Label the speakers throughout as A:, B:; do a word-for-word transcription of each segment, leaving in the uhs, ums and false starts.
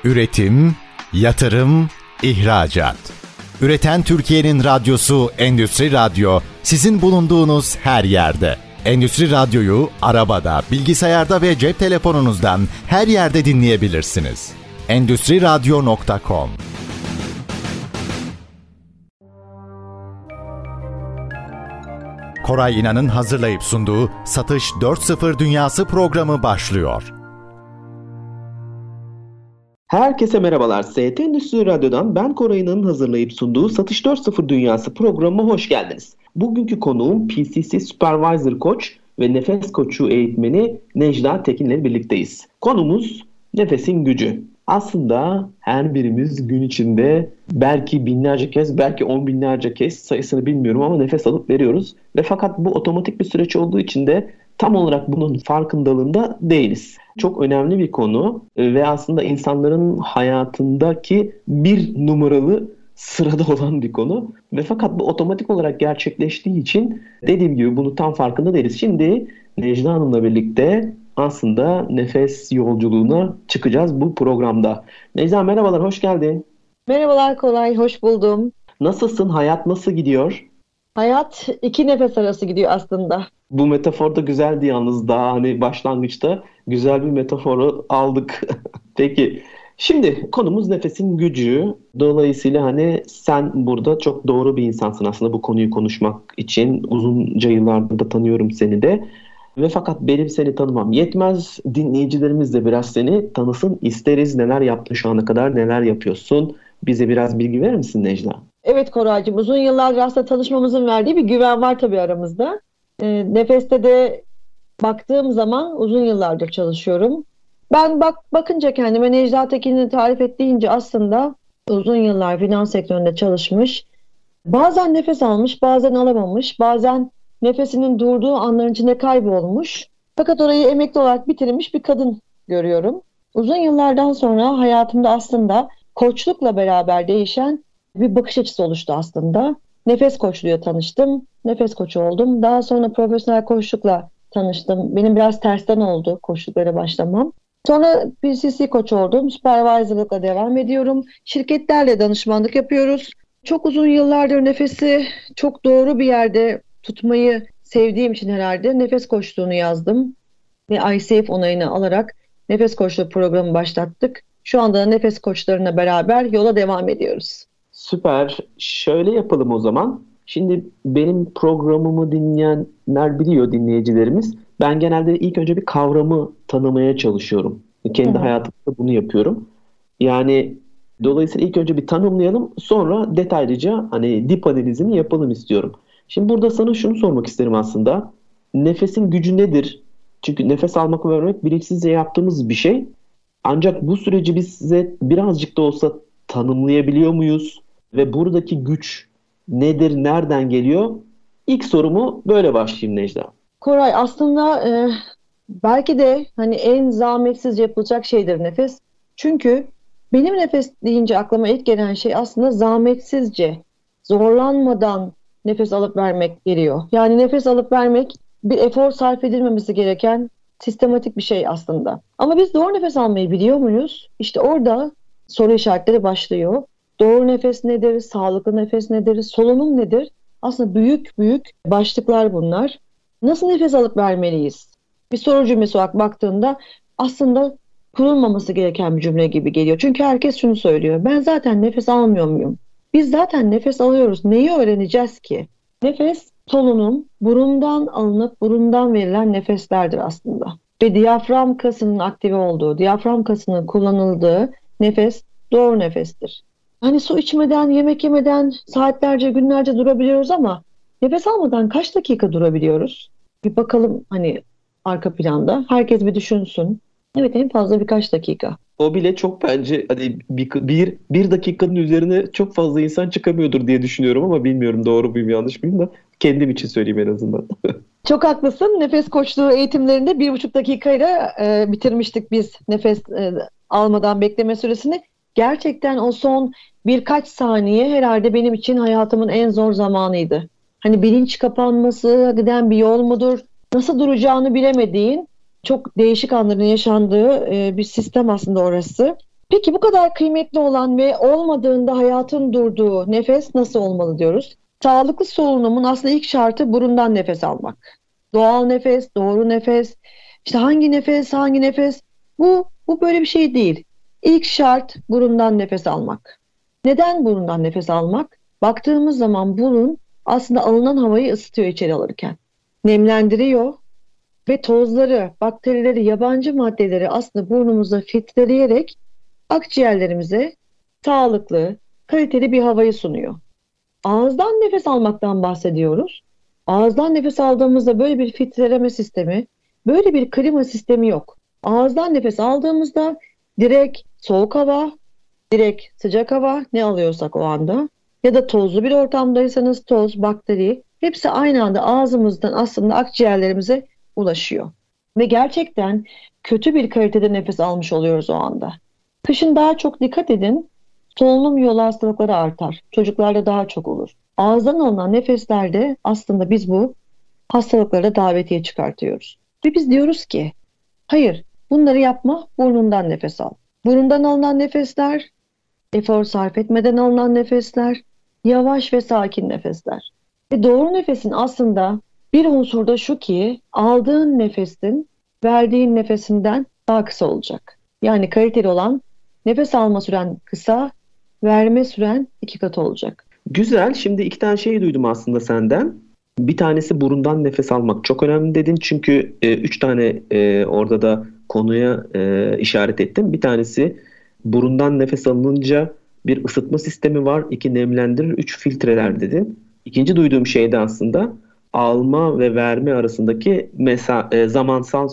A: Üretim, yatırım, ihracat. Üreten Türkiye'nin radyosu Endüstri Radyo, sizin bulunduğunuz her yerde. Endüstri Radyo'yu arabada, bilgisayarda ve cep telefonunuzdan her yerde dinleyebilirsiniz. endüstri radyo nokta com. Koray İnan'ın hazırlayıp sunduğu Satış dört nokta sıfır Dünyası programı başlıyor.
B: Herkese merhabalar. S T Endüstri Radyo'dan ben Koray İnan'ın hazırlayıp sunduğu Satış dört nokta sıfır Dünyası programına hoş geldiniz. Bugünkü konuğum P C C Supervisor Coach ve Nefes Koçu eğitmeni Necla Tekin ile birlikteyiz. Konumuz nefesin gücü. Aslında her birimiz gün içinde belki binlerce kez, belki on binlerce kez, sayısını bilmiyorum ama nefes alıp veriyoruz. Ve fakat bu otomatik bir süreç olduğu için de tam olarak bunun farkındalığında değiliz. Çok önemli bir konu ve aslında insanların hayatındaki bir numaralı sırada olan bir konu. Ve fakat bu otomatik olarak gerçekleştiği için dediğim gibi bunu tam farkında değiliz. Şimdi Necla Hanım'la birlikte aslında nefes yolculuğuna çıkacağız bu programda. Necla merhabalar, hoş geldin.
C: Merhabalar Koray, hoş buldum.
B: Nasılsın? Hayat nasıl gidiyor?
C: Hayat iki nefes arası gidiyor aslında.
B: Bu metafor da güzeldi yalnız, daha hani başlangıçta güzel bir metaforu aldık. Peki, şimdi konumuz nefesin gücü. Dolayısıyla hani sen burada çok doğru bir insansın aslında bu konuyu konuşmak için. Uzunca yıllardır da tanıyorum seni de. Ve fakat benim seni tanımam yetmez. Dinleyicilerimiz de biraz seni tanısın isteriz. Neler yaptın şu ana kadar, neler yapıyorsun? Bize biraz bilgi verir misin Necla?
C: Evet Koraycığım, uzun yıllardır aslında tanışmamızın verdiği bir güven var tabii aramızda. E, Nefeste de baktığım zaman uzun yıllardır çalışıyorum. Ben bak bakınca kendime Necla Tekin'i tarif ettiğince aslında uzun yıllar finans sektöründe çalışmış. Bazen nefes almış, bazen alamamış, bazen nefesinin durduğu anların içinde kaybolmuş. Fakat orayı emekli olarak bitirmiş bir kadın görüyorum. Uzun yıllardan sonra hayatımda aslında koçlukla beraber değişen bir bakış açısı oluştu aslında. Nefes koçluğuyla tanıştım. Nefes koçu oldum. Daha sonra profesyonel koçlukla tanıştım. Benim biraz tersten oldu koçluklara başlamam. Sonra P C C koç oldum. Supervisor'lıkla devam ediyorum. Şirketlerle danışmanlık yapıyoruz. Çok uzun yıllardır nefesi çok doğru bir yerde tutmayı sevdiğim için herhalde nefes koçluğunu yazdım. Ve I C F onayını alarak nefes koçluğu programı başlattık. Şu anda nefes koçlarına beraber yola devam ediyoruz.
B: Süper. Şöyle yapalım o zaman. Şimdi benim programımı dinleyenler biliyor, dinleyicilerimiz. Ben genelde ilk önce bir kavramı tanımaya çalışıyorum. Kendi Hı-hı. hayatımda bunu yapıyorum. Yani dolayısıyla ilk önce bir tanımlayalım, sonra detaylıca hani dip analizini yapalım istiyorum. Şimdi burada sana şunu sormak isterim aslında. Nefesin gücü nedir? Çünkü nefes almak ve vermek bilinçsizce yaptığımız bir şey. Ancak bu süreci biz size birazcık da olsa tanımlayabiliyor muyuz? Ve buradaki güç nedir, nereden geliyor? İlk sorumu böyle başlayayım Necla.
C: Koray, aslında e, belki de hani en zahmetsiz yapılacak şeydir nefes. Çünkü benim nefes deyince aklıma ilk gelen şey aslında zahmetsizce, zorlanmadan nefes alıp vermek geliyor. Yani nefes alıp vermek bir efor sarf edilmemesi gereken sistematik bir şey aslında. Ama biz doğru nefes almayı biliyor muyuz? İşte orada soru işaretleri başlıyor. Doğru nefes nedir? Sağlıklı nefes nedir? Solunum nedir? Aslında büyük büyük başlıklar bunlar. Nasıl nefes alıp vermeliyiz? Bir soru cümlesi olarak baktığında aslında kurulmaması gereken bir cümle gibi geliyor. Çünkü herkes şunu söylüyor. Ben zaten nefes almıyor muyum? Biz zaten nefes alıyoruz. Neyi öğreneceğiz ki? Nefes, solunum, burundan alınıp burundan verilen nefeslerdir aslında. Ve diyafram kasının aktive olduğu, diyafram kasının kullanıldığı nefes doğru nefestir. Hani su içmeden, yemek yemeden saatlerce, günlerce durabiliyoruz ama nefes almadan kaç dakika durabiliyoruz? Bir bakalım hani arka planda. Herkes bir düşünsün. Evet, en fazla birkaç dakika.
B: O bile çok bence hani bir, bir, bir dakikanın üzerine çok fazla insan çıkamıyordur diye düşünüyorum ama bilmiyorum doğru muyum yanlış mıyım da kendim için söyleyeyim en azından.
C: Çok haklısın. Nefes koçluğu eğitimlerinde bir buçuk dakikayla e, bitirmiştik biz nefes e, almadan bekleme süresini. Gerçekten o son birkaç saniye herhalde benim için hayatımın en zor zamanıydı. Hani bilinç kapanması, giden bir yol mudur? Nasıl duracağını bilemediğin çok değişik anların yaşandığı e, bir sistem aslında orası. Peki bu kadar kıymetli olan ve olmadığında hayatın durduğu nefes nasıl olmalı diyoruz? Sağlıklı solunumun aslında ilk şartı burundan nefes almak. Doğal nefes, doğru nefes, işte hangi nefes, hangi nefes, bu, bu böyle bir şey değil. İlk şart burundan nefes almak. Neden burundan nefes almak? Baktığımız zaman burun aslında alınan havayı ısıtıyor içeri alırken. Nemlendiriyor ve tozları, bakterileri, yabancı maddeleri aslında burnumuza filtreleyerek akciğerlerimize sağlıklı, kaliteli bir havayı sunuyor. Ağızdan nefes almaktan bahsediyoruz. Ağızdan nefes aldığımızda böyle bir filtreleme sistemi, böyle bir klima sistemi yok. Ağızdan nefes aldığımızda direkt soğuk hava, direkt sıcak hava, ne alıyorsak o anda, ya da tozlu bir ortamdaysanız toz, bakteri, hepsi aynı anda ağzımızdan aslında akciğerlerimize ulaşıyor. Ve gerçekten kötü bir kalitede nefes almış oluyoruz o anda. Kışın daha çok dikkat edin, solunum yolu hastalıkları artar. Çocuklarda daha çok olur. Ağızdan alınan nefeslerde aslında biz bu hastalıklara davetiye çıkartıyoruz. Ve biz diyoruz ki, hayır bunları yapma, burnundan nefes al. Burundan alınan nefesler, efor sarf etmeden alınan nefesler, yavaş ve sakin nefesler. Ve doğru nefesin aslında bir unsur da şu ki, aldığın nefesin verdiğin nefesinden daha kısa olacak. Yani kaliteli olan nefes alma süren kısa, verme süren iki katı olacak.
B: Güzel. Şimdi iki tane şey duydum aslında senden. Bir tanesi burundan nefes almak çok önemli dedin. Çünkü e, üç tane e, orada da konuya e, işaret ettim. Bir tanesi burundan nefes alınınca bir ısıtma sistemi var. İki nemlendirir, üç filtreler dedin. İkinci duyduğum şey de aslında alma ve verme arasındaki mesa- e, zamansal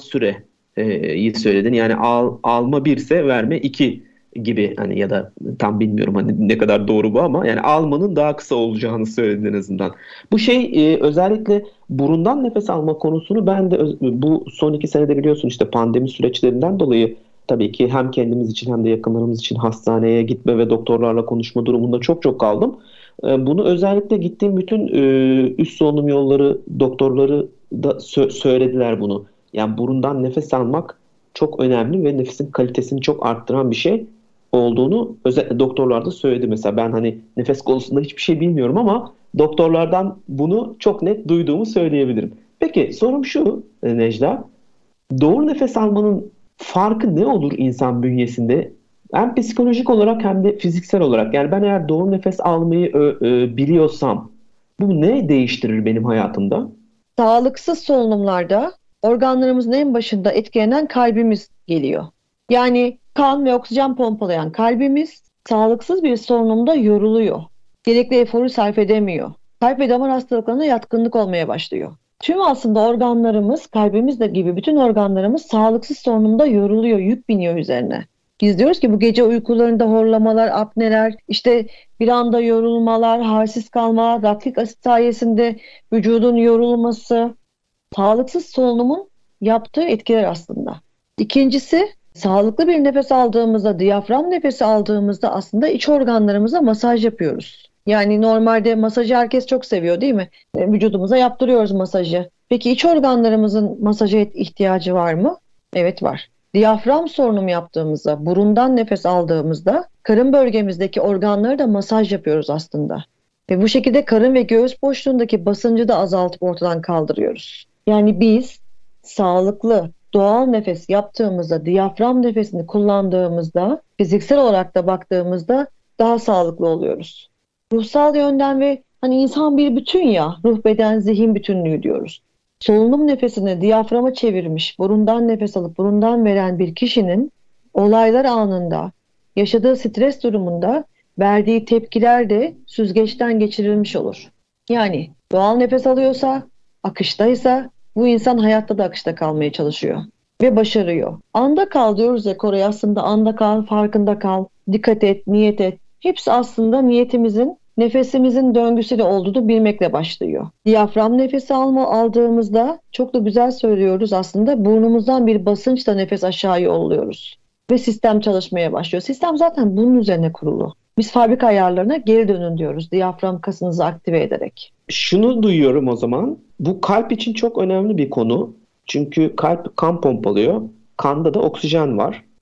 B: süreyi söyledin. Yani al, alma bir ise verme iki gibi, hani ya da tam bilmiyorum hani ne kadar doğru bu, ama yani almanın daha kısa olacağını söyledin en azından. Bu şey e, özellikle burundan nefes alma konusunu ben de öz- bu son iki senede biliyorsun işte pandemi süreçlerinden dolayı tabii ki hem kendimiz için hem de yakınlarımız için hastaneye gitme ve doktorlarla konuşma durumunda çok çok kaldım. E, bunu özellikle gittiğim bütün e, üst solunum yolları doktorları da sö- söylediler bunu. Yani burundan nefes almak çok önemli ve nefesin kalitesini çok arttıran bir şey olduğunu özellikle doktorlar da söyledi. Mesela ben hani nefes konusunda hiçbir şey bilmiyorum ama doktorlardan bunu çok net duyduğumu söyleyebilirim. Peki sorum şu Necla, doğru nefes almanın farkı ne olur insan bünyesinde? Hem psikolojik olarak hem de fiziksel olarak. Yani ben eğer doğru nefes almayı ö, ö, biliyorsam bu ne değiştirir benim hayatımda?
C: Sağlıksız solunumlarda organlarımızın en başında etkilenen kalbimiz geliyor. Yani kan ve oksijen pompalayan kalbimiz sağlıksız bir solunumda yoruluyor. Gerekli eforu sarf edemiyor. Kalp ve damar hastalıklarına yatkınlık olmaya başlıyor. Tüm aslında organlarımız, kalbimiz de gibi bütün organlarımız sağlıksız solunumda yoruluyor, yük biniyor üzerine. Biz diyoruz ki bu gece uykularında horlamalar, apneler, işte bir anda yorulmalar, halsiz kalma, laktik asit sayesinde vücudun yorulması, sağlıksız solunumun yaptığı etkiler aslında. İkincisi, sağlıklı bir nefes aldığımızda, diyafram nefesi aldığımızda aslında iç organlarımıza masaj yapıyoruz. Yani normalde masajı herkes çok seviyor değil mi? E, vücudumuza yaptırıyoruz masajı. Peki iç organlarımızın masaja ihtiyacı var mı? Evet var. Diyafram solunum yaptığımızda, burundan nefes aldığımızda karın bölgemizdeki organları da masaj yapıyoruz aslında. Ve bu şekilde karın ve göğüs boşluğundaki basıncı da azaltıp ortadan kaldırıyoruz. Yani biz sağlıklı, doğal nefes yaptığımızda, diyafram nefesini kullandığımızda, fiziksel olarak da baktığımızda daha sağlıklı oluyoruz. Ruhsal yönden ve hani insan bir bütün ya, ruh, beden, zihin bütünlüğü diyoruz. Solunum nefesini diyaframa çevirmiş, burundan nefes alıp burundan veren bir kişinin olaylar anında, yaşadığı stres durumunda verdiği tepkiler de süzgeçten geçirilmiş olur. Yani doğal nefes alıyorsa, akıştaysa bu insan hayatta da akışta kalmaya çalışıyor ve başarıyor. Anda kal diyoruz ya Koray, aslında anda kal, farkında kal, dikkat et, niyet et. Hepsi aslında niyetimizin, nefesimizin döngüsüyle olduğunu bilmekle başlıyor. Diyafram nefesi alma aldığımızda çok da güzel söylüyoruz aslında, burnumuzdan bir basınçla nefes aşağı yolluyoruz ve sistem çalışmaya başlıyor. Sistem zaten bunun üzerine kurulu. Biz fabrika ayarlarına geri dönün diyoruz diyafram kasınızı aktive ederek.
B: Şunu duyuyorum o zaman. Bu kalp için çok önemli bir konu. Çünkü kalp kan pompalıyor. Kanda da oksijen var.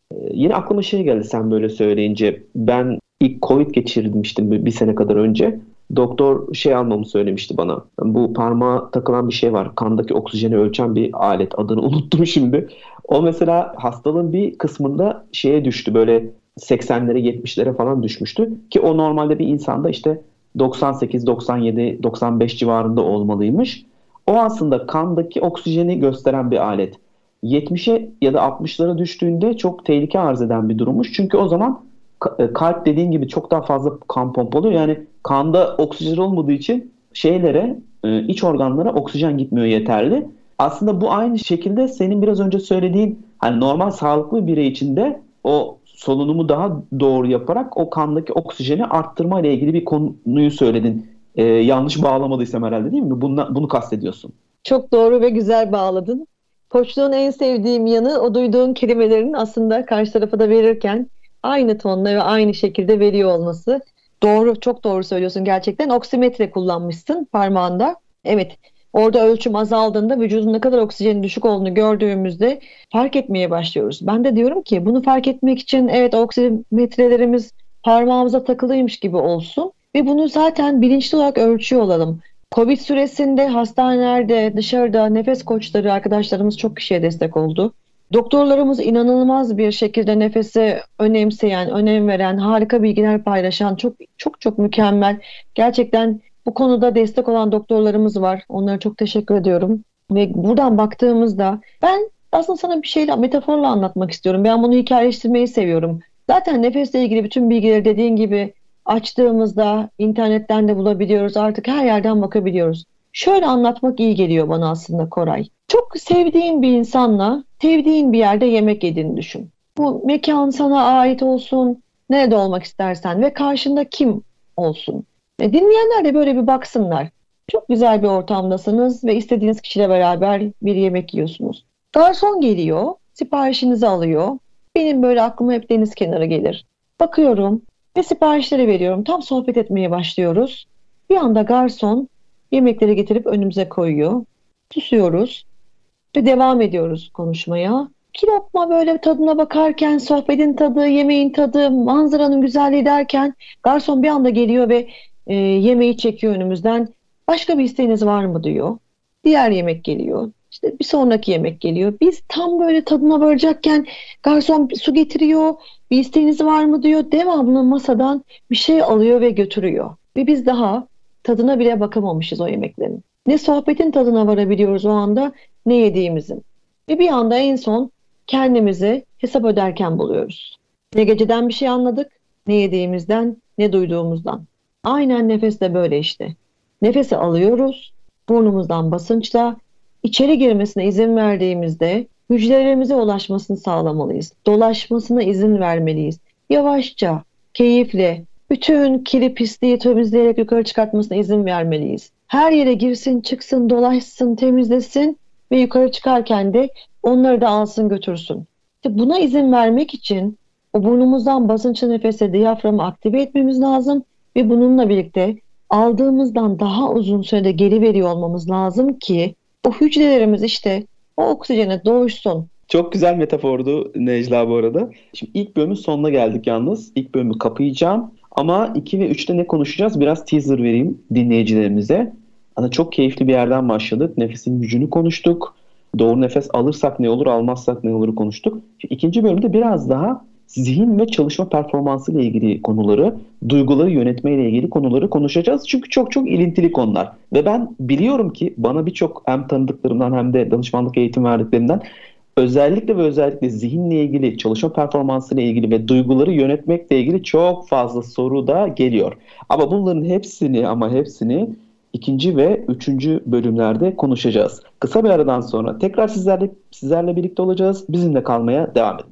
B: Ee, yine aklıma şey geldi sen böyle söyleyince. Ben ilk Covid geçirmiştim bir, bir sene kadar önce. Doktor şey almamı söylemişti bana. Bu parmağa takılan bir şey var. Kandaki oksijeni ölçen bir alet. Adını unuttum şimdi. O mesela hastalığın bir kısmında şeye düştü. Böyle seksenlere yetmişlere falan düşmüştü. Ki o normalde bir insanda işte doksan sekiz, doksan yedi, doksan beş civarında olmalıymış. O aslında kandaki oksijeni gösteren bir alet. yetmişe ya da altmışlara düştüğünde çok tehlike arz eden bir durummuş. Çünkü o zaman kalp dediğin gibi çok daha fazla kan pompalıyor. Yani kanda oksijen olmadığı için şeylere, iç organlara oksijen gitmiyor yeterli. Aslında bu aynı şekilde senin biraz önce söylediğin hani normal sağlıklı bir birey için de o solunumu daha doğru yaparak o kandaki oksijeni arttırma ile ilgili bir konuyu söyledin. Ee, yanlış bağlamadıysam herhalde değil mi? Bunu, bunu kastediyorsun.
C: Çok doğru ve güzel bağladın. Koçluğun en sevdiğim yanı o duyduğun kelimelerin aslında karşı tarafa da verirken aynı tonla ve aynı şekilde veriyor olması. Doğru, çok doğru söylüyorsun gerçekten. Oksimetre kullanmışsın parmağında. Evet, orada ölçüm azaldığında vücudun ne kadar oksijenin düşük olduğunu gördüğümüzde fark etmeye başlıyoruz. Ben de diyorum ki bunu fark etmek için evet oksimetrelerimiz parmağımıza takılıymış gibi olsun ve bunu zaten bilinçli olarak ölçüyor olalım. Covid süresinde hastanelerde, dışarıda nefes koçları arkadaşlarımız çok kişiye destek oldu. Doktorlarımız inanılmaz bir şekilde nefese önemseyen, önem veren, harika bilgiler paylaşan, çok çok çok mükemmel. Gerçekten bu konuda destek olan doktorlarımız var. Onlara çok teşekkür ediyorum. Ve buradan baktığımızda ben aslında sana bir şeyle, metaforla anlatmak istiyorum. Ben bunu hikayeleştirmeyi seviyorum. Zaten nefesle ilgili bütün bilgileri dediğin gibi açtığımızda internetten de bulabiliyoruz. Artık her yerden bakabiliyoruz. Şöyle anlatmak iyi geliyor bana aslında Koray. Çok sevdiğin bir insanla sevdiğin bir yerde yemek yediğini düşün. Bu mekan sana ait olsun, nerede olmak istersen ve karşında kim olsun. E, dinleyenler de böyle bir baksınlar. Çok güzel bir ortamdasınız ve istediğiniz kişiyle beraber bir yemek yiyorsunuz. Garson geliyor, siparişinizi alıyor. Benim böyle aklıma hep deniz kenarı gelir. Bakıyorum ve siparişleri veriyorum. Tam sohbet etmeye başlıyoruz. Bir anda garson yemekleri getirip önümüze koyuyor. Susuyoruz ve devam ediyoruz konuşmaya. İki lokma böyle tadına bakarken, sohbetin tadı, yemeğin tadı, manzaranın güzelliği derken garson bir anda geliyor ve e, yemeği çekiyor önümüzden. Başka bir isteğiniz var mı diyor. Diğer yemek geliyor. İşte bir sonraki yemek geliyor. Biz tam böyle tadına varacakken garson su getiriyor. Bir isteğiniz var mı diyor. Devamlı masadan bir şey alıyor ve götürüyor. Ve biz daha tadına bile bakamamışız o yemeklerin. Ne sohbetin tadına varabiliyoruz o anda, ne yediğimizin. Ve bir anda en son kendimizi hesap öderken buluyoruz. Ne geceden bir şey anladık, ne yediğimizden, ne duyduğumuzdan. Aynen nefes de böyle işte. Nefesi alıyoruz, burnumuzdan basınçla, içeri girmesine izin verdiğimizde hücrelerimize ulaşmasını sağlamalıyız. Dolaşmasına izin vermeliyiz. Yavaşça, keyifle, bütün kiri pisliği temizleyerek yukarı çıkartmasına izin vermeliyiz. Her yere girsin, çıksın, dolaşsın, temizlesin ve yukarı çıkarken de onları da alsın götürsün. İşte buna izin vermek için o burnumuzdan basınçlı nefese diyaframı aktive etmemiz lazım ve bununla birlikte aldığımızdan daha uzun sürede geri veriyor olmamız lazım ki o hücrelerimiz işte o oksijene doğuşsun.
B: Çok güzel metafordu Necla bu arada. Şimdi ilk bölümün sonuna geldik yalnız. İlk bölümü kapayacağım. Ama iki ve üçte ne konuşacağız? Biraz teaser vereyim dinleyicilerimize. Aslında çok keyifli bir yerden başladık. Nefesin gücünü konuştuk. Doğru nefes alırsak ne olur, almazsak ne olur konuştuk. Şimdi ikinci bölümde biraz daha zihin ve çalışma performansı ile ilgili konuları, duyguları yönetme ile ilgili konuları konuşacağız. Çünkü çok çok ilintili konular. Ve ben biliyorum ki bana birçok hem tanıdıklarımdan hem de danışmanlık eğitim verdiklerinden özellikle ve özellikle zihinle ilgili, çalışma performansı ile ilgili ve duyguları yönetmekle ilgili çok fazla soru da geliyor. Ama bunların hepsini ama hepsini ikinci ve üçüncü bölümlerde konuşacağız. Kısa bir aradan sonra tekrar sizlerle sizlerle birlikte olacağız. Bizimle kalmaya devam edin.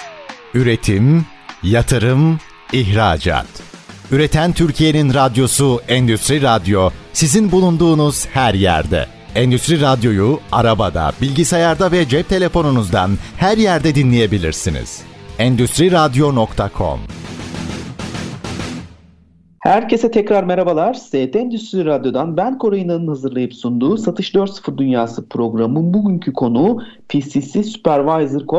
A: Üretim, yatırım, ihracat. Üreten Türkiye'nin radyosu Endüstri Radyo sizin bulunduğunuz her yerde. Endüstri Radyo'yu arabada, bilgisayarda ve cep telefonunuzdan her yerde dinleyebilirsiniz. endüstri radyo nokta com.
B: Herkese tekrar merhabalar. S T Endüstri Radyo'dan ben Koray İnan'ın hazırlayıp sunduğu Satış dört nokta sıfır Dünyası programının bugünkü konuğu P C C Supervisor Coach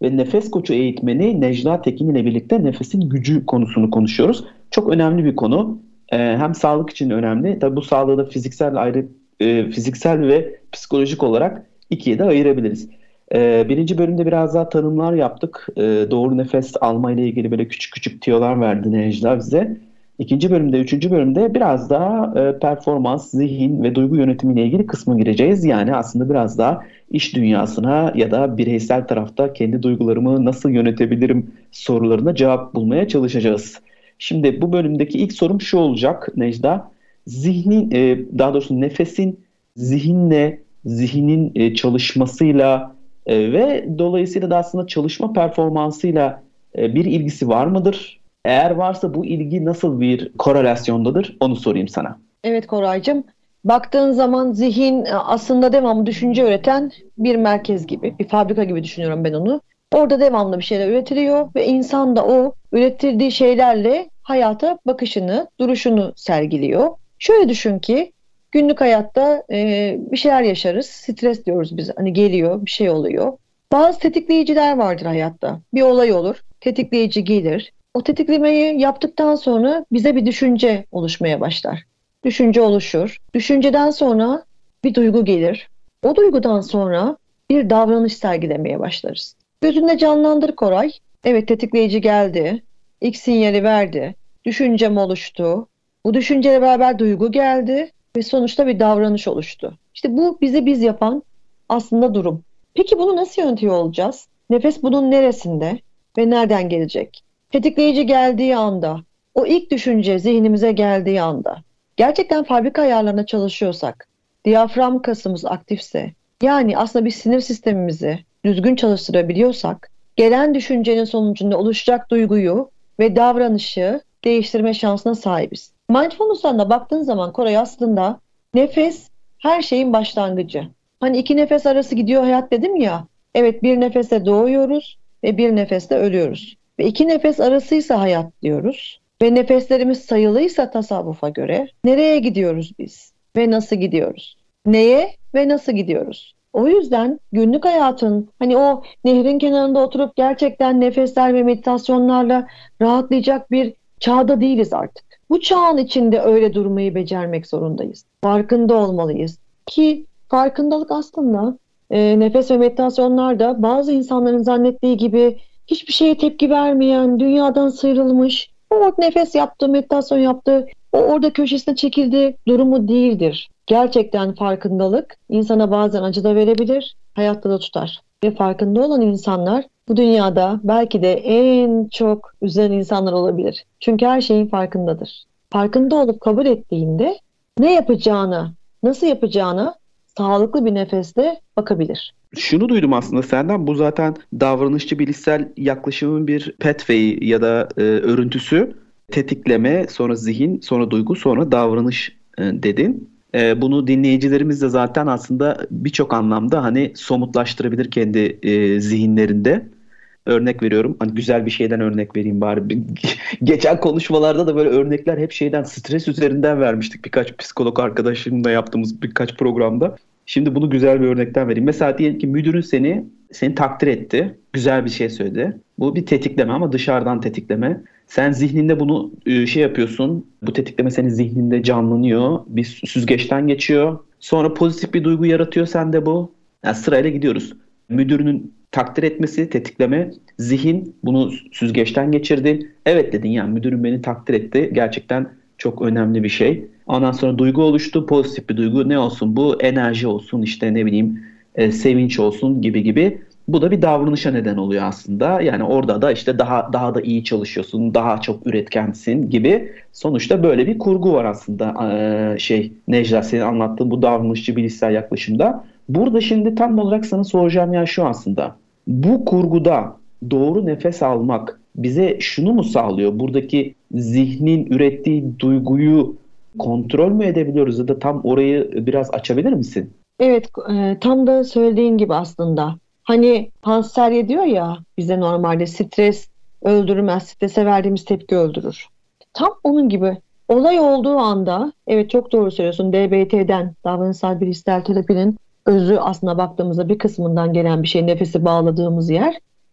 B: ve nefes koçu eğitmeni Necla Tekin ile birlikte nefesin gücü konusunu konuşuyoruz. Çok önemli bir konu. Ee, hem sağlık için önemli. Tabii bu sağlığı da fiziksel ayrı, e, fiziksel ve psikolojik olarak ikiye de ayırabiliriz. Ee, birinci bölümde biraz daha tanımlar yaptık. Ee, doğru nefes alma ile ilgili böyle küçük küçük tiyolar verdi Necla bize. İkinci bölümde, üçüncü bölümde biraz daha e, performans, zihin ve duygu yönetimiyle ilgili kısmı gireceğiz. Yani aslında biraz daha iş dünyasına ya da bireysel tarafta kendi duygularımı nasıl yönetebilirim sorularına cevap bulmaya çalışacağız. Şimdi bu bölümdeki ilk sorum şu olacak Necla. Zihnin, e, daha doğrusu nefesin zihinle, zihnin e, çalışmasıyla e, ve dolayısıyla da aslında çalışma performansıyla e, bir ilgisi var mıdır? Eğer varsa bu ilgi nasıl bir korelasyondadır? Onu sorayım sana.
C: Evet Koraycığım, baktığın zaman zihin aslında devamlı düşünce üreten bir merkez gibi, bir fabrika gibi düşünüyorum ben onu. Orada devamlı bir şeyler üretiliyor ve insan da o ürettirdiği şeylerle hayata bakışını, duruşunu sergiliyor. Şöyle düşün ki günlük hayatta e, bir şeyler yaşarız, stres diyoruz biz. Hani geliyor, bir şey oluyor. Bazı tetikleyiciler vardır hayatta. Bir olay olur, tetikleyici gelir. O tetiklemeyi yaptıktan sonra bize bir düşünce oluşmaya başlar. Düşünce oluşur. Düşünceden sonra bir duygu gelir. O duygudan sonra bir davranış sergilemeye başlarız. Gözünde canlandır Koray. Evet, tetikleyici geldi. İlk sinyali verdi. Düşüncem oluştu. Bu düşünceyle beraber duygu geldi ve sonuçta bir davranış oluştu. İşte bu bizi biz yapan aslında durum. Peki bunu nasıl yönetiyor olacağız? Nefes bunun neresinde ve nereden gelecek? Tetikleyici geldiği anda, o ilk düşünce zihnimize geldiği anda, gerçekten fabrika ayarlarına çalışıyorsak, diyafram kasımız aktifse, yani aslında bir sinir sistemimizi düzgün çalıştırabiliyorsak, gelen düşüncenin sonucunda oluşacak duyguyu ve davranışı değiştirme şansına sahibiz. Mindfulness'tan da baktığın zaman Koray, aslında nefes her şeyin başlangıcı. Hani iki nefes arası gidiyor hayat dedim ya, evet, bir nefeste doğuyoruz ve bir nefeste ölüyoruz. Ve iki nefes arasıysa hayat diyoruz ve nefeslerimiz sayılıysa tasavvufa göre nereye gidiyoruz biz ve nasıl gidiyoruz? Neye ve nasıl gidiyoruz? O yüzden günlük hayatın hani o nehrin kenarında oturup gerçekten nefesler ve meditasyonlarla rahatlayacak bir çağda değiliz artık. Bu çağın içinde öyle durmayı becermek zorundayız. Farkında olmalıyız ki farkındalık aslında e, nefes ve meditasyonlarda bazı insanların zannettiği gibi hiçbir şeye tepki vermeyen, dünyadan sıyrılmış, o nefes yaptı, meditasyon yaptı, o orada köşesine çekildi durumu değildir. Gerçekten farkındalık insana bazen acı da verebilir, hayatta da tutar. Ve farkında olan insanlar bu dünyada belki de en çok üzen insanlar olabilir. Çünkü her şeyin farkındadır. Farkında olup kabul ettiğinde ne yapacağına, nasıl yapacağına sağlıklı bir nefesle bakabilir.
B: Şunu duydum aslında senden, bu zaten davranışçı bilişsel yaklaşımın bir pathway ya da e, örüntüsü. Tetikleme, sonra zihin, sonra duygu, sonra davranış e, dedin. E, bunu dinleyicilerimiz de zaten aslında birçok anlamda hani somutlaştırabilir kendi e, zihinlerinde. Örnek veriyorum. Hani güzel bir şeyden örnek vereyim bari. Geçen konuşmalarda da böyle örnekler hep şeyden, stres üzerinden vermiştik. Birkaç psikolog arkadaşımla yaptığımız birkaç programda. Şimdi bunu güzel bir örnekten vereyim. Mesela diyelim ki müdürün seni seni takdir etti. Güzel bir şey söyledi. Bu bir tetikleme ama dışarıdan tetikleme. Sen zihninde bunu şey yapıyorsun. Bu tetikleme senin zihninde canlanıyor. Bir süzgeçten geçiyor. Sonra pozitif bir duygu yaratıyor sende bu. Yani sırayla gidiyoruz. Müdürünün takdir etmesi, tetikleme, zihin bunu süzgeçten geçirdi. Evet dedin, yani müdürüm beni takdir etti. Gerçekten çok önemli bir şey. Ondan sonra duygu oluştu. Pozitif bir duygu. Ne olsun bu? Enerji olsun, işte ne bileyim e, sevinç olsun gibi gibi. Bu da bir davranışa neden oluyor aslında. Yani orada da işte daha daha da iyi çalışıyorsun, daha çok üretkensin gibi. Sonuçta böyle bir kurgu var aslında ee, şey Necla, senin anlattığın bu davranışçı bilişsel yaklaşımda. Burada şimdi tam olarak sana soracağım ya şu aslında. Bu kurguda doğru nefes almak bize şunu mu sağlıyor? Buradaki zihnin ürettiği duyguyu kontrol mü edebiliyoruz ya da tam orayı biraz açabilir misin?
C: Evet, e, tam da söylediğin gibi aslında. Hani Hans Selye diyor ya, bize normalde stres öldürmez, strese verdiğimiz tepki öldürür. Tam onun gibi. Olay olduğu anda, evet çok doğru söylüyorsun, D B T'den, davranışsal bilişsel terapinin özü aslında baktığımızda bir kısmından gelen bir şey, nefesi bağladığımız yer.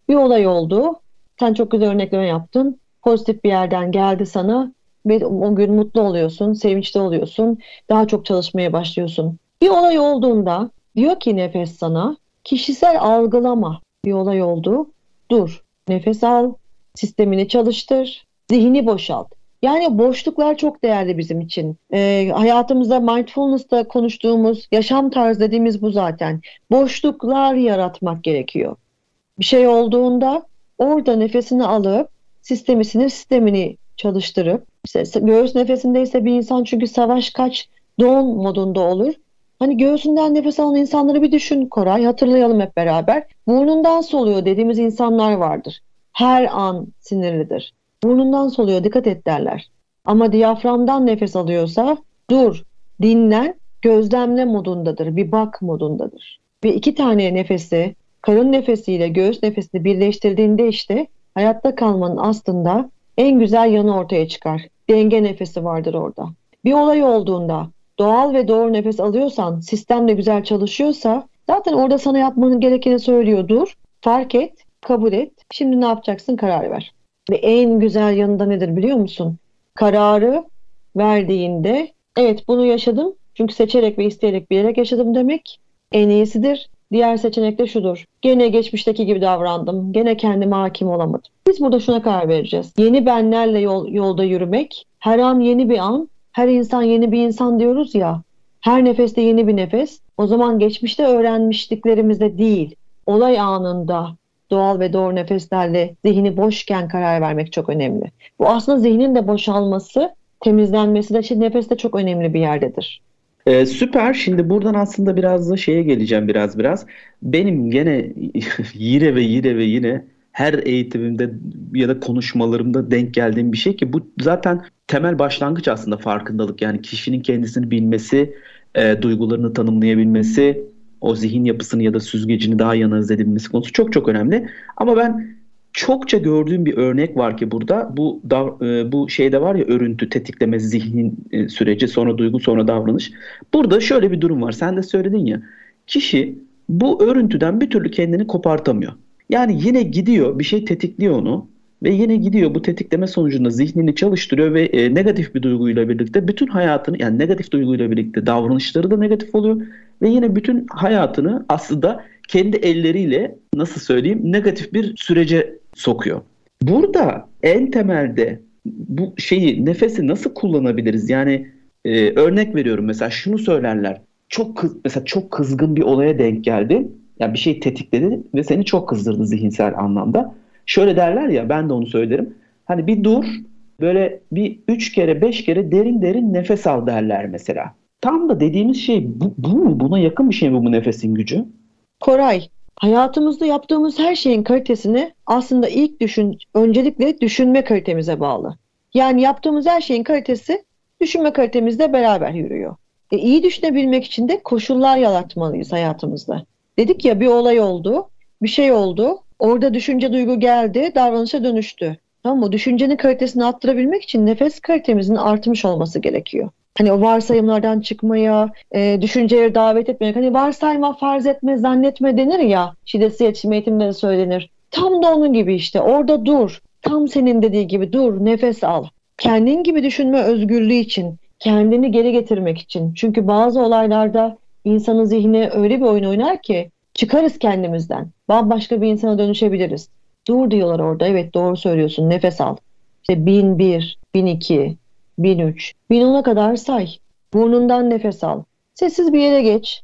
C: Bir olay oldu. Sen çok güzel örnekleme yaptın. Pozitif bir yerden geldi sana ve o gün mutlu oluyorsun, sevinçli oluyorsun. Daha çok çalışmaya başlıyorsun. Bir olay olduğunda diyor ki nefes sana, kişisel algılama. Bir olay oldu. Dur, nefes al, sistemini çalıştır, zihni boşalt. Yani boşluklar çok değerli bizim için. Ee, hayatımızda mindfulness'ta konuştuğumuz yaşam tarzı dediğimiz bu zaten. Boşluklar yaratmak gerekiyor. Bir şey olduğunda orada nefesini alıp sistemi, sinir sistemini çalıştırıp, işte göğüs nefesindeyse bir insan çünkü savaş kaç don modunda olur. Hani göğsünden nefes alan insanları bir düşün Koray, hatırlayalım hep beraber. Burnundan soluyor dediğimiz insanlar vardır. Her an sinirlidir. Burnundan soluyor, dikkat et derler. Ama diyaframdan nefes alıyorsa dur, dinlen, gözlemle modundadır, bir bak modundadır. Ve iki tane nefesi, karın nefesiyle göğüs nefesini birleştirdiğinde işte hayatta kalmanın aslında en güzel yanı ortaya çıkar. Denge nefesi vardır orada. Bir olay olduğunda doğal ve doğru nefes alıyorsan, sistem de güzel çalışıyorsa zaten orada sana yapmanın gerekeni söylüyor. Dur, fark et, kabul et. Şimdi ne yapacaksın, karar ver. Ve en güzel yanı da nedir biliyor musun? Kararı verdiğinde evet bunu yaşadım çünkü seçerek ve isteyerek bilerek yaşadım demek en iyisidir. Diğer seçenek de şudur. Gene geçmişteki gibi davrandım. Gene kendime hakim olamadım. Biz burada şuna karar vereceğiz. Yeni benlerle yol, yolda yürümek. Her an yeni bir an. Her insan yeni bir insan diyoruz ya. Her nefeste yeni bir nefes. O zaman geçmişte öğrenmişliklerimizde değil. Olay anında doğal ve doğru nefeslerle zihni boşken karar vermek çok önemli. Bu aslında zihnin de boşalması, temizlenmesi de şimdi nefeste çok önemli bir yerdedir.
B: Ee, süper. Şimdi buradan aslında biraz da şeye geleceğim biraz biraz. Benim gene yine ve yine ve yine her eğitimimde ya da konuşmalarımda denk geldiğim bir şey ki bu zaten temel başlangıç aslında farkındalık. Yani kişinin kendisini bilmesi, e, duygularını tanımlayabilmesi, o zihin yapısını ya da süzgecini daha iyi analiz edebilmesi konusu çok çok önemli. Ama ben çokça gördüğüm bir örnek var ki burada bu da, e, bu şeyde var ya örüntü, tetikleme, zihnin e, süreci, sonra duygu, sonra davranış. Burada şöyle bir durum var. Sen de söyledin ya. Kişi bu örüntüden bir türlü kendini kopartamıyor. Yani yine gidiyor, bir şey tetikliyor onu ve yine gidiyor bu tetikleme sonucunda zihnini çalıştırıyor ve e, negatif bir duyguyla birlikte bütün hayatını, yani negatif duyguyla birlikte davranışları da negatif oluyor ve yine bütün hayatını aslında kendi elleriyle, nasıl söyleyeyim, negatif bir sürece sokuyor. Burada en temelde bu şeyi, nefesi nasıl kullanabiliriz? Yani e, örnek veriyorum, mesela şunu söylerler. Çok kız, mesela çok kızgın bir olaya denk geldi. Yani bir şey tetikledi ve seni çok kızdırdı zihinsel anlamda. Şöyle derler ya, ben de onu söylerim. Hani bir dur, böyle bir üç kere beş kere derin derin nefes al derler mesela. Tam da dediğimiz şey bu, bu mu? Buna yakın bir şey mi bu nefesin gücü?
C: Koray, hayatımızda yaptığımız her şeyin kalitesini aslında ilk düşün, öncelikle düşünme kalitemize bağlı. Yani yaptığımız her şeyin kalitesi düşünme kalitemizle beraber yürüyor. E, iyi düşünebilmek için de koşullar yaratmalıyız hayatımızda. Dedik ya, bir olay oldu, bir şey oldu, orada düşünce duygu geldi, davranışa dönüştü. Tamam mı? Düşüncenin kalitesini arttırabilmek için nefes kalitemizin artmış olması gerekiyor. Hani o varsayımlardan çıkmaya, e, düşünceleri davet etmeye, hani varsayma, farz etme, zannetme denir ya, şiddetsiz iletişim eğitiminde de söylenir. Tam da onun gibi işte, orada dur, tam senin dediği gibi dur, nefes al. Kendin gibi düşünme özgürlüğü için, kendini geri getirmek için. Çünkü bazı olaylarda insanın zihni öyle bir oyun oynar ki çıkarız kendimizden, bambaşka bir insana dönüşebiliriz. Dur diyorlar orada, evet doğru söylüyorsun, nefes al. İşte bin bir, bin iki, bin üç, bin ona kadar say. Burnundan nefes al. Sessiz bir yere geç.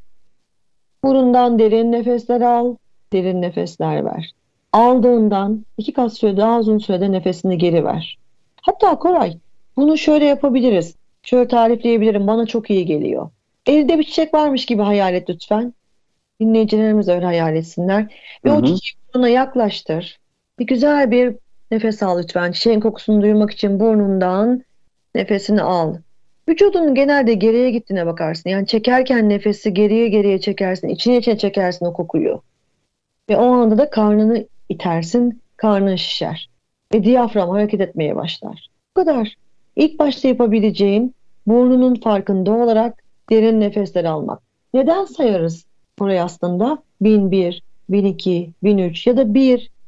C: Burundan derin nefesler al, derin nefesler ver. Aldığından iki kat sürede, daha uzun sürede nefesini geri ver. Hatta Koray, bunu şöyle yapabiliriz. Şöyle tarifleyebilirim, bana çok iyi geliyor. Elde bir çiçek varmış gibi hayal et lütfen. Dinleyicilerimiz öyle hayal etsinler. Ve
B: Hı hı.
C: o çiçeği burnuna yaklaştır. Bir güzel bir nefes al lütfen. Çiçeğin kokusunu duymak için burnundan nefesini al. Vücudunun genelde geriye gittiğine bakarsın. Yani çekerken nefesi geriye geriye çekersin. İçine içine çekersin o kokuyu. Ve o anda da karnını itersin. Karnın şişer. Ve diyafram hareket etmeye başlar. Bu kadar. İlk başta yapabileceğin burnunun farkında olarak derin nefesler almak. Neden sayarız oraya aslında? bin bir, bin iki, bin üç ya da bir,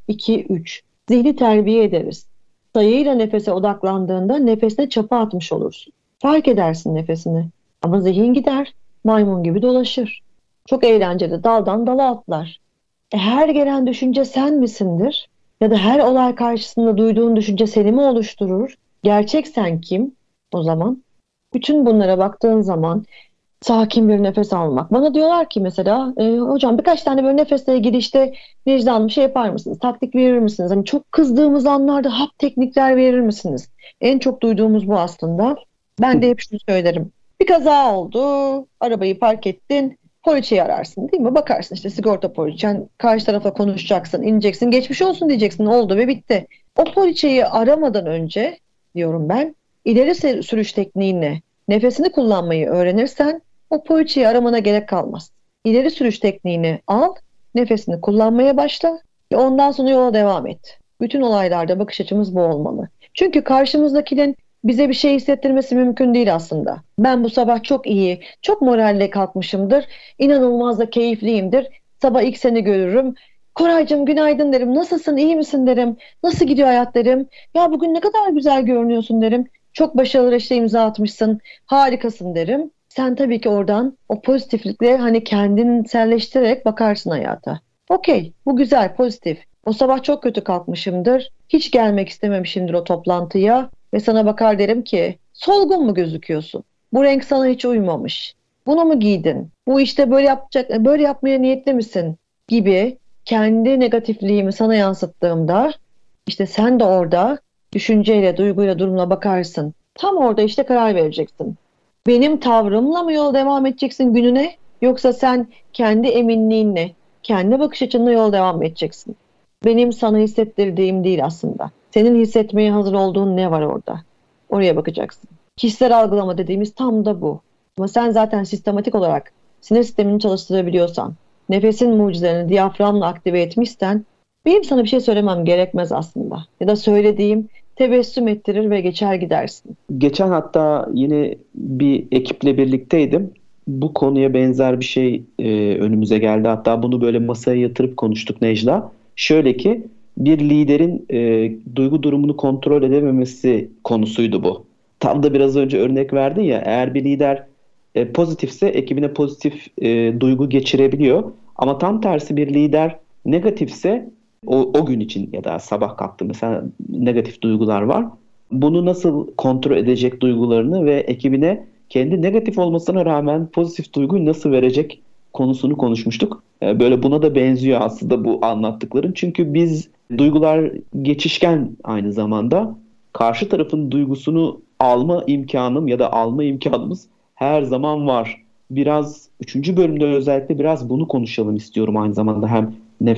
C: iki, üç. Zihni terbiye ederiz. Sayıyla nefese odaklandığında nefesine çapa atmış olursun. Fark edersin nefesini. Ama zihin gider, maymun gibi dolaşır. Çok eğlenceli, daldan dala atlar. E her gelen düşünce sen misindir? Ya da her olay karşısında duyduğun düşünce seni mi oluşturur? Gerçek sen kim o zaman? Bütün bunlara baktığın zaman sakin bir nefes almak. Bana diyorlar ki mesela e, hocam birkaç tane böyle nefesle ilgili işte Necla Hanım şey yapar mısınız? Taktik verir misiniz? Hani çok kızdığımız anlarda hap teknikler verir misiniz? En çok duyduğumuz bu aslında. Ben de hep şunu söylerim. Bir kaza oldu, arabayı park ettin, poliçeyi ararsın değil mi? Bakarsın işte sigorta poliçen, karşı tarafla konuşacaksın, ineceksin, geçmiş olsun diyeceksin, oldu ve bitti. O poliçeyi aramadan önce diyorum ben, ileri sürüş tekniğine nefesini kullanmayı öğrenirsen o poliçeyi aramana gerek kalmaz. İleri sürüş tekniğini al, nefesini kullanmaya başla ve ondan sonra yola devam et. Bütün olaylarda bakış açımız bu olmalı. Çünkü karşımızdakinin bize bir şey hissettirmesi mümkün değil aslında. Ben bu sabah çok iyi, çok moralle kalkmışımdır, inanılmaz da keyifliyimdir. Sabah ilk seni görürüm. Koraycığım günaydın derim, nasılsın, iyi misin derim, nasıl gidiyor hayat derim. Ya bugün ne kadar güzel görünüyorsun derim. Çok başarılı işte imza atmışsın, harikasın derim. Sen tabii ki oradan o pozitiflikle hani kendini selleştirerek bakarsın hayata. Okey, bu güzel, pozitif. O sabah çok kötü kalkmışımdır. Hiç gelmek istememişimdir o toplantıya. Ve sana bakar derim ki, solgun mu gözüküyorsun? Bu renk sana hiç uymamış. Bunu mu giydin? Bu işte böyle yapacak, böyle yapmaya niyetli misin? Gibi kendi negatifliğimi sana yansıttığımda, işte sen de orada düşünceyle, duyguyla, durumla bakarsın. Tam orada işte karar vereceksin. Benim tavrımla mı yola devam edeceksin gününe? Yoksa sen kendi eminliğinle, kendi bakış açınla yola devam edeceksin. Benim sana hissettirdiğim değil aslında. Senin hissetmeye hazır olduğun ne var orada? Oraya bakacaksın. Kişisel algılama dediğimiz tam da bu. Ama sen zaten sistematik olarak sinir sistemini çalıştırabiliyorsan, nefesin mucizelerini diyaframla aktive etmişsen, benim sana bir şey söylemem gerekmez aslında. Ya da söylediğim tebessüm ettirir ve geçer gidersin.
B: Geçen hatta yine bir ekiple birlikteydim. Bu konuya benzer bir şey e, önümüze geldi. Hatta bunu böyle masaya yatırıp konuştuk Necla. Şöyle ki bir liderin e, duygu durumunu kontrol edememesi konusuydu bu. Tam da biraz önce örnek verdin ya, eğer bir lider e, pozitifse ekibine pozitif e, duygu geçirebiliyor. Ama tam tersi bir lider negatifse o, o gün için ya da sabah kalktı mesela negatif duygular var. Bunu nasıl kontrol edecek duygularını ve ekibine kendi negatif olmasına rağmen pozitif duyguyu nasıl verecek konusunu konuşmuştuk. Böyle buna da benziyor aslında bu anlattıklarım. Çünkü biz duygular geçişken aynı zamanda karşı tarafın duygusunu alma imkanım ya da alma imkanımız her zaman var. Biraz üçüncü bölümde özellikle biraz bunu konuşalım istiyorum aynı zamanda. Hem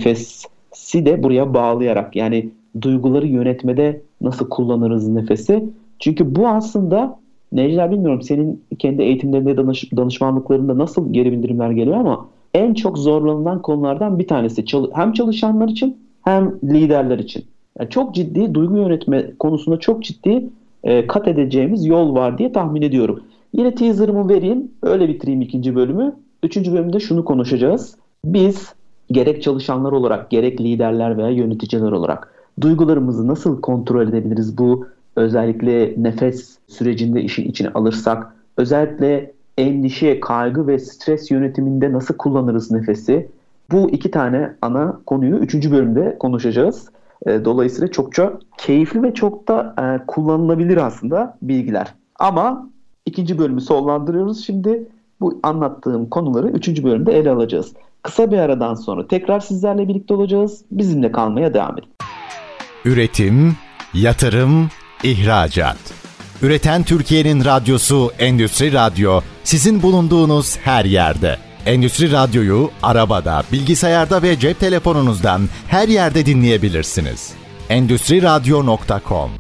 B: nefesi de buraya bağlayarak, yani duyguları yönetmede nasıl kullanırız nefesi. Çünkü bu aslında Necla, bilmiyorum senin kendi eğitimlerinde, danış, danışmanlıklarında nasıl geri bildirimler geliyor ama en çok zorlanılan konulardan bir tanesi. Hem çalışanlar için hem liderler için. Yani çok ciddi duygu yönetme konusunda çok ciddi e, kat edeceğimiz yol var diye tahmin ediyorum. Yine teaser'ımı vereyim, öyle bitireyim ikinci bölümü. Üçüncü bölümde şunu konuşacağız. Biz gerek çalışanlar olarak gerek liderler veya yöneticiler olarak duygularımızı nasıl kontrol edebiliriz? Bu özellikle nefes sürecinde işin içine alırsak, özellikle endişe, kaygı ve stres yönetiminde nasıl kullanırız nefesi? Bu iki tane ana konuyu üçüncü bölümde konuşacağız. Dolayısıyla çokça keyifli ve çok da kullanılabilir aslında bilgiler. Ama ikinci bölümü sonlandırıyoruz. Şimdi bu anlattığım konuları üçüncü bölümde ele alacağız. Kısa bir aradan sonra tekrar sizlerle birlikte olacağız. Bizimle kalmaya devam edin.
A: Üretim, yatırım, ihracat. Üreten Türkiye'nin radyosu Endüstri Radyo, sizin bulunduğunuz her yerde. Endüstri Radyo'yu arabada, bilgisayarda ve cep telefonunuzdan her yerde dinleyebilirsiniz. endüstri radyo nokta com.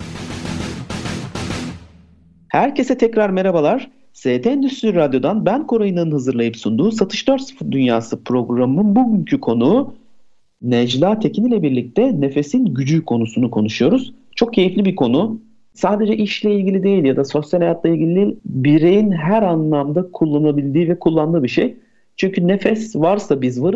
B: Herkese tekrar merhabalar. S T Endüstri Radyo'dan ben Koray'ın hazırlayıp sunduğu Satış dört nokta sıfır Dünyası programının bugünkü konuğu Necla Tekin ile birlikte nefesin gücü konusunu konuşuyoruz. Çok keyifli bir konu. Sadece işle ilgili değil ya da sosyal hayatla ilgili değil, bireyin her anlamda kullanabildiği ve kullandığı bir şey. Çünkü nefes varsa biz varız,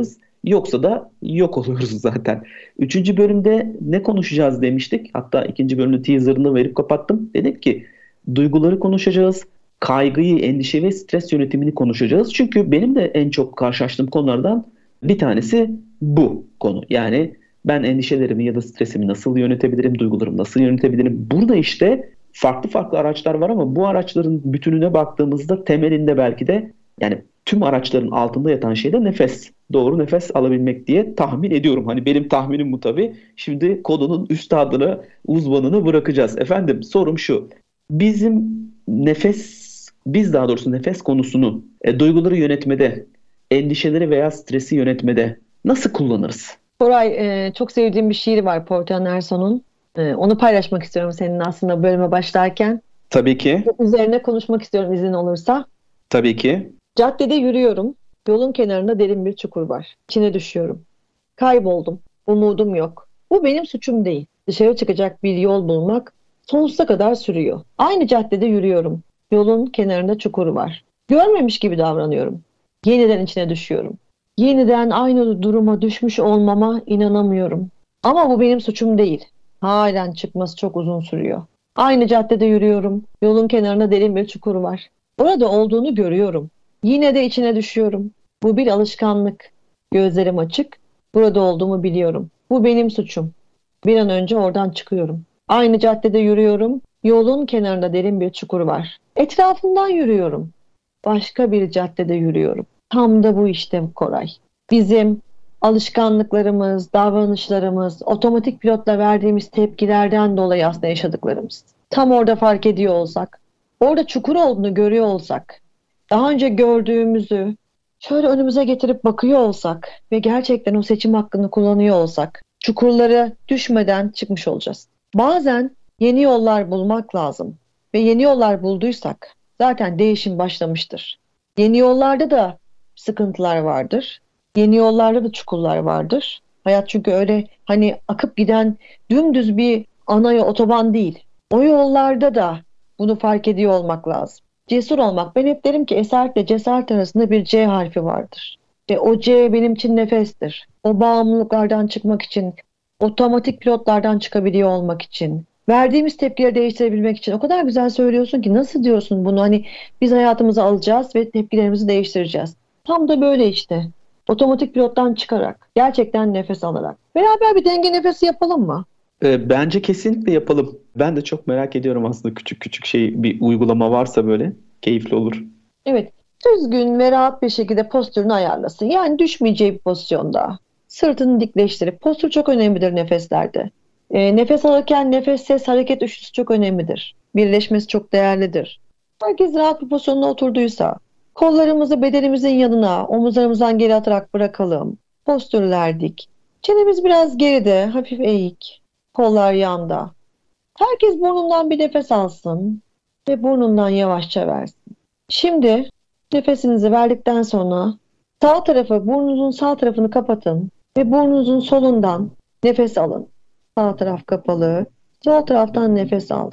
B: Yoksa da yok oluyoruz zaten. Üçüncü bölümde ne konuşacağız demiştik. Hatta ikinci bölümde teaserını verip kapattım. Dedik ki duyguları konuşacağız. Kaygıyı, endişe ve stres yönetimini konuşacağız. Çünkü benim de en çok karşılaştığım konulardan bir tanesi bu konu. Yani ben endişelerimi ya da stresimi nasıl yönetebilirim, duygularımı nasıl yönetebilirim? Burada işte farklı farklı araçlar var ama bu araçların bütününe baktığımızda temelinde belki de yani tüm araçların altında yatan şey de nefes. Doğru nefes alabilmek diye tahmin ediyorum. Hani benim tahminim bu tabii. Şimdi konunun üstadını, uzmanını bırakacağız. Efendim sorum şu. Bizim nefes, biz daha doğrusu nefes konusunu e, duyguları yönetmede, endişeleri veya stresi yönetmede nasıl kullanırız?
C: Koray, e, çok sevdiğim bir şiir var Porto Nerson'un. E, onu paylaşmak istiyorum seninle aslında bölüme başlarken.
B: Tabii ki.
C: Üzerine konuşmak istiyorum izin olursa.
B: Tabii ki.
C: Caddede yürüyorum. Yolun kenarında derin bir çukur var. İçine düşüyorum. Kayboldum. Umudum yok. Bu benim suçum değil. Dışarı çıkacak bir yol bulmak sonsuza kadar sürüyor. Aynı caddede yürüyorum. Yolun kenarında çukur var. Görmemiş gibi davranıyorum. Yeniden içine düşüyorum. Yeniden aynı duruma düşmüş olmama inanamıyorum. Ama bu benim suçum değil. Halen çıkması çok uzun sürüyor. Aynı caddede yürüyorum. Yolun kenarında derin bir çukur var. Orada olduğunu görüyorum. Yine de içine düşüyorum. Bu bir alışkanlık. Gözlerim açık. Burada olduğumu biliyorum. Bu benim suçum. Bir an önce oradan çıkıyorum. Aynı caddede yürüyorum. Yolun kenarında derin bir çukur var. Etrafından yürüyorum. Başka bir caddede yürüyorum. Tam da bu işte Koray. Bizim alışkanlıklarımız, davranışlarımız, otomatik pilotla verdiğimiz tepkilerden dolayı aslında yaşadıklarımız. Tam orada fark ediyor olsak, orada çukur olduğunu görüyor olsak, daha önce gördüğümüzü şöyle önümüze getirip bakıyor olsak ve gerçekten o seçim hakkını kullanıyor olsak, çukurlara düşmeden çıkmış olacağız. Bazen yeni yollar bulmak lazım ve yeni yollar bulduysak zaten değişim başlamıştır. Yeni yollarda da sıkıntılar vardır. Yeni yollarda da çukurlar vardır. Hayat çünkü öyle hani akıp giden dümdüz bir ana yol, otoban değil. O yollarda da bunu fark ediyor olmak lazım. Cesur olmak. Ben hep derim ki esaretle cesaret arasında bir C harfi vardır. Ve o C benim için nefestir. O bağımlılıklardan çıkmak için, otomatik pilotlardan çıkabiliyor olmak için, verdiğimiz tepkileri değiştirebilmek için o kadar güzel söylüyorsun ki nasıl diyorsun bunu hani biz hayatımıza alacağız ve tepkilerimizi değiştireceğiz. Tam da böyle işte. Otomatik pilottan çıkarak, gerçekten nefes alarak. Beraber bir denge nefesi yapalım mı?
B: E, bence kesinlikle yapalım. Ben de çok merak ediyorum aslında küçük küçük şey bir uygulama varsa böyle keyifli olur.
C: Evet. Düzgün ve rahat bir şekilde postürünü ayarlasın. Yani düşmeyeceği bir pozisyonda. Sırtını dikleştirip. Postür çok önemlidir nefeslerde. E, nefes alırken nefes, ses, hareket üçlüsü çok önemlidir. Birleşmesi çok değerlidir. Herkes rahat bir pozisyonda oturduysa kollarımızı bedenimizin yanına, omuzlarımızdan geri atarak bırakalım. Postürler dik. Çenemiz biraz geride, hafif eğik. Kollar yanda. Herkes burnundan bir nefes alsın ve burnundan yavaşça versin. Şimdi nefesinizi verdikten sonra sağ tarafı, burnunuzun sağ tarafını kapatın ve burnunuzun solundan nefes alın. Sağ taraf kapalı, sol taraftan nefes al.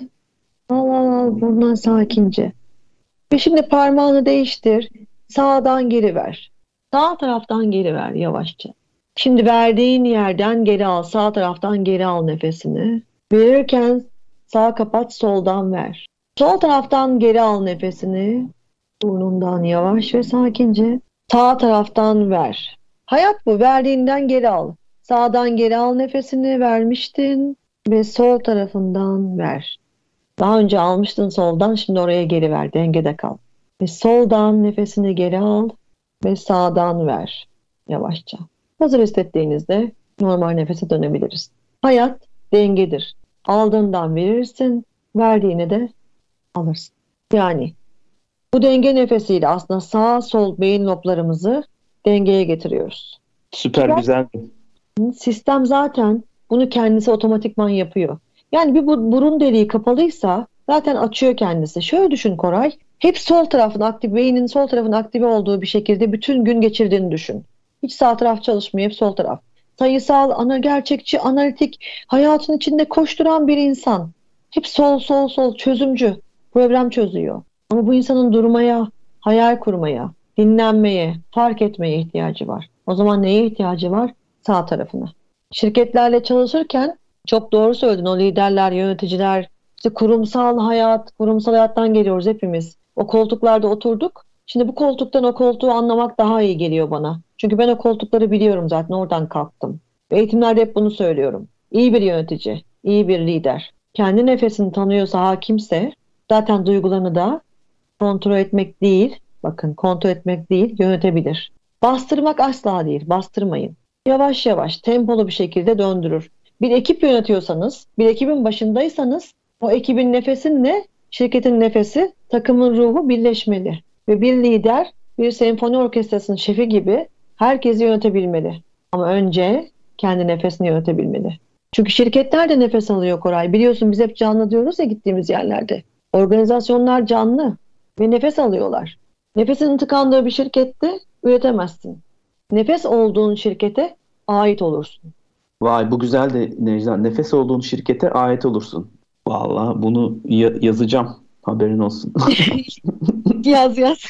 C: Al al al burnundan sakince. Ve şimdi parmağını değiştir, sağdan geri ver. Sağ taraftan geri ver yavaşça. Şimdi verdiğin yerden geri al, sağ taraftan geri al nefesini. Verirken sağ kapat, soldan ver. Sol taraftan geri al nefesini. Burnundan yavaş ve sakince. Sağ taraftan ver. Hayat bu. Verdiğinden geri al. Sağdan geri al nefesini vermiştin ve sol tarafından ver. Daha önce almıştın soldan, şimdi oraya geri ver. Dengede kal. Ve soldan nefesini geri al ve sağdan ver. Yavaşça. Hazır hissettiğinizde normal nefese dönebiliriz. Hayat dengedir. Aldığından verirsin, verdiğine de alırsın. Yani bu denge nefesiyle aslında sağ sol beyin loblarımızı dengeye getiriyoruz.
B: Süper güzel.
C: Sistem zaten bunu kendisi otomatikman yapıyor. Yani bir burun deliği kapalıysa zaten açıyor kendisi. Şöyle düşün Koray, hep sol tarafın aktif, beynin sol tarafın aktive olduğu bir şekilde bütün gün geçirdiğini düşün. Hiç sağ taraf çalışmıyor, hep sol taraf. Sayısal, ana gerçekçi, analitik, hayatın içinde koşturan bir insan. Hep sol sol sol çözümcü, problem çözüyor. Ama bu insanın durmaya, hayal kurmaya, dinlenmeye, fark etmeye ihtiyacı var. O zaman neye ihtiyacı var? Sağ tarafına. Şirketlerle çalışırken çok doğru söyledin. O liderler, yöneticiler, işte kurumsal hayat, kurumsal hayattan geliyoruz hepimiz. O koltuklarda oturduk. Şimdi bu koltuktan o koltuğu anlamak daha iyi geliyor bana. Çünkü ben o koltukları biliyorum zaten, oradan kalktım. Ve eğitimlerde hep bunu söylüyorum. İyi bir yönetici, iyi bir lider. Kendi nefesini tanıyorsa, hakimse zaten duygularını da kontrol etmek değil, bakın kontrol etmek değil, yönetebilir. Bastırmak asla değil, bastırmayın. Yavaş yavaş, tempolu bir şekilde döndürür. Bir ekip yönetiyorsanız, bir ekibin başındaysanız o ekibin nefesinle şirketin nefesi, takımın ruhu birleşmeli. Ve bir lider, bir senfoni orkestrasının şefi gibi herkesi yönetebilmeli. Ama önce kendi nefesini yönetebilmeli. Çünkü şirketler de nefes alıyor Koray. Biliyorsun biz hep canlı diyoruz ya gittiğimiz yerlerde. Organizasyonlar canlı ve nefes alıyorlar. Nefesin tıkandığı bir şirkette üretemezsin. Nefes olduğun şirkete ait olursun.
B: Vay, bu güzel de Necla. Nefes olduğun şirkete ait olursun. Vallahi bunu ya- yazacağım. Haberin olsun.
C: Yaz yaz.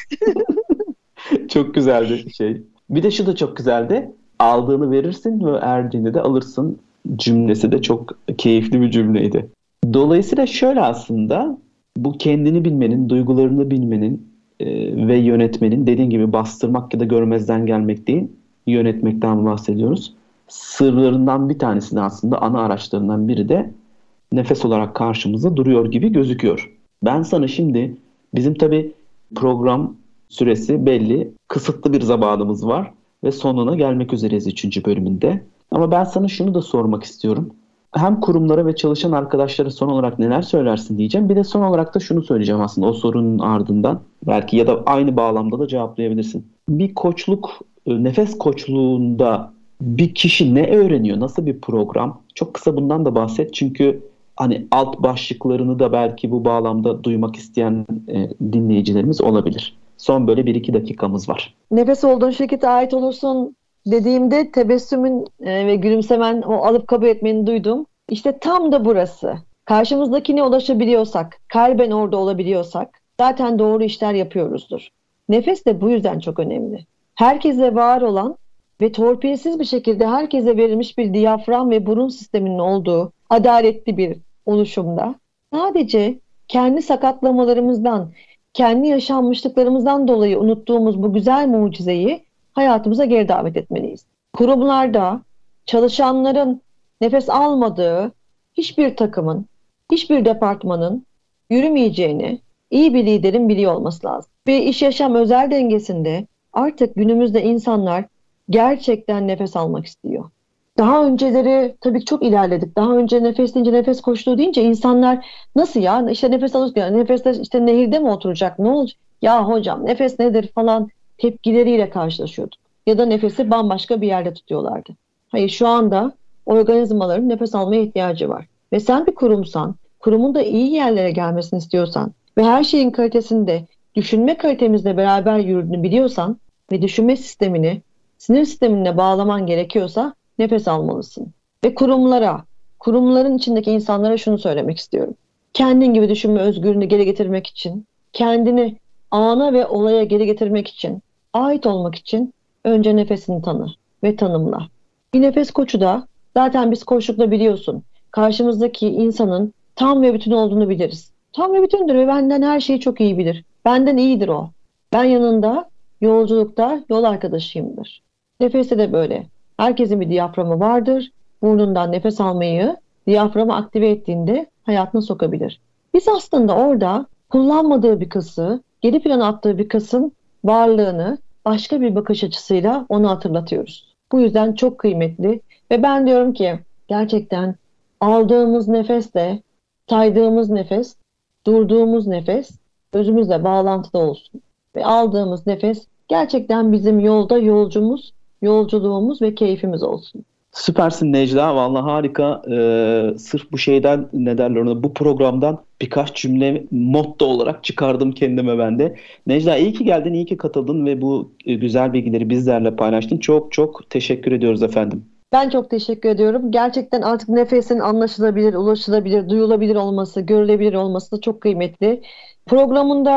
B: Çok güzeldi şey. Bir de şu da çok güzeldi. Aldığını verirsin ve erdiğini de alırsın cümlesi de çok keyifli bir cümleydi. Dolayısıyla şöyle, aslında bu kendini bilmenin, duygularını bilmenin e, ve yönetmenin, dediğin gibi bastırmak ya da görmezden gelmek değil, yönetmekten bahsediyoruz. Sırlarından bir tanesi de, aslında ana araçlarından biri de nefes olarak karşımızda duruyor gibi gözüküyor. Ben sana şimdi, bizim tabii program süresi belli, kısıtlı bir zamanımız var ve sonuna gelmek üzereyiz üçüncü bölümünde. Ama ben sana şunu da sormak istiyorum. Hem kurumlara ve çalışan arkadaşlara son olarak neler söylersin diyeceğim. Bir de son olarak da şunu söyleyeceğim aslında o sorunun ardından. Belki ya da aynı bağlamda da cevaplayabilirsin. Bir koçluk, nefes koçluğunda bir kişi ne öğreniyor? Nasıl bir program? Çok kısa bundan da bahset. Çünkü hani alt başlıklarını da belki bu bağlamda duymak isteyen e, dinleyicilerimiz olabilir. Son böyle bir iki dakikamız var.
C: Nefes olduğun şirkete ait olursun dediğimde tebessümün e, ve gülümsemen, o alıp kabul etmeni duydum. İşte tam da burası. Karşımızdakine ulaşabiliyorsak, kalben orada olabiliyorsak zaten doğru işler yapıyoruzdur. Nefes de bu yüzden çok önemli. Herkese var olan ve torpilsiz bir şekilde herkese verilmiş bir diyafram ve burun sisteminin olduğu adaletli bir oluşumda sadece kendi sakatlamalarımızdan, kendi yaşanmışlıklarımızdan dolayı unuttuğumuz bu güzel mucizeyi hayatımıza geri davet etmeliyiz. Kurumlarda çalışanların nefes almadığı hiçbir takımın, hiçbir departmanın yürümeyeceğini iyi bir liderin biliyor olması lazım. Ve iş yaşam özel dengesinde artık günümüzde insanlar gerçekten nefes almak istiyor. Daha önceleri tabii çok ilerledik. Daha önce nefes deyince, nefes koçluğu deyince insanlar nasıl ya, işte nefes alırken nefeste işte nehirde mi oturacak, ne olacak? Ya hocam nefes nedir falan tepkileriyle karşılaşıyorduk. Ya da nefesi bambaşka bir yerde tutuyorlardı. Hayır, şu anda organizmaların nefes almaya ihtiyacı var. Ve sen bir kurumsan, kurumun da iyi yerlere gelmesini istiyorsan ve her şeyin kalitesinde düşünme kalitemizle beraber yürüdüğünü biliyorsan ve düşünme sistemini sinir sistemine bağlaman gerekiyorsa nefes almalısın. Ve kurumlara, kurumların içindeki insanlara şunu söylemek istiyorum. Kendin gibi düşünme özgürlüğünü geri getirmek için, kendini ana ve olaya geri getirmek için, ait olmak için önce nefesini tanı ve tanımla. Bir nefes koçu da zaten biz koçlukla biliyorsun, karşımızdaki insanın tam ve bütün olduğunu biliriz. Tam ve bütündür ve benden her şeyi çok iyi bilir. Benden iyidir o. Ben yanında yolculukta yol arkadaşıyımdır. Nefeste de böyle. Herkesin bir diyaframı vardır. Burnundan nefes almayı diyaframı aktive ettiğinde hayatına sokabilir. Biz aslında orada kullanmadığı bir kası, geri plana attığı bir kasın varlığını başka bir bakış açısıyla onu hatırlatıyoruz. Bu yüzden çok kıymetli ve ben diyorum ki gerçekten aldığımız nefesle saydığımız nefes, durduğumuz nefes özümüzle bağlantıda olsun. Ve aldığımız nefes gerçekten bizim yolda yolcumuz, yolculuğumuz ve keyfimiz olsun.
B: Süpersin Necla. Vallahi harika. Ee, sırf bu şeyden, ne derler ona, bu programdan birkaç cümle motto olarak çıkardım kendime ben de. Necla, iyi ki geldin, iyi ki katıldın ve bu güzel bilgileri bizlerle paylaştın. Çok çok teşekkür ediyoruz efendim.
C: Ben çok teşekkür ediyorum. Gerçekten artık nefesin anlaşılabilir, ulaşılabilir, duyulabilir olması, görülebilir olması da çok kıymetli. Programında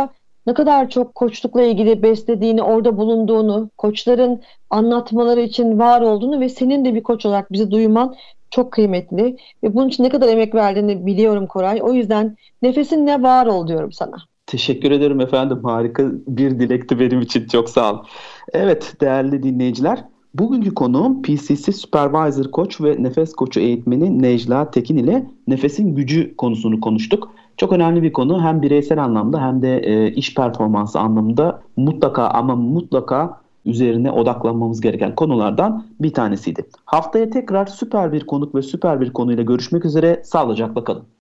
C: ne kadar çok koçlukla ilgili beslediğini, orada bulunduğunu, koçların anlatmaları için var olduğunu ve senin de bir koç olarak bizi duyman çok kıymetli. Ve bunun için ne kadar emek verdiğini biliyorum Koray. O yüzden nefesinle var ol diyorum sana.
B: Teşekkür ederim efendim. Harika bir dilekti benim için. Çok sağ ol. Evet değerli dinleyiciler. Bugünkü konuğum P C C Supervisor Koç ve Nefes Koçu eğitmeni Necla Tekin ile nefesin gücü konusunu konuştuk. Çok önemli bir konu. Hem bireysel anlamda hem de e, iş performansı anlamında mutlaka ama mutlaka üzerine odaklanmamız gereken konulardan bir tanesiydi. Haftaya tekrar süper bir konuk ve süper bir konuyla görüşmek üzere. Sağlıcakla kalın.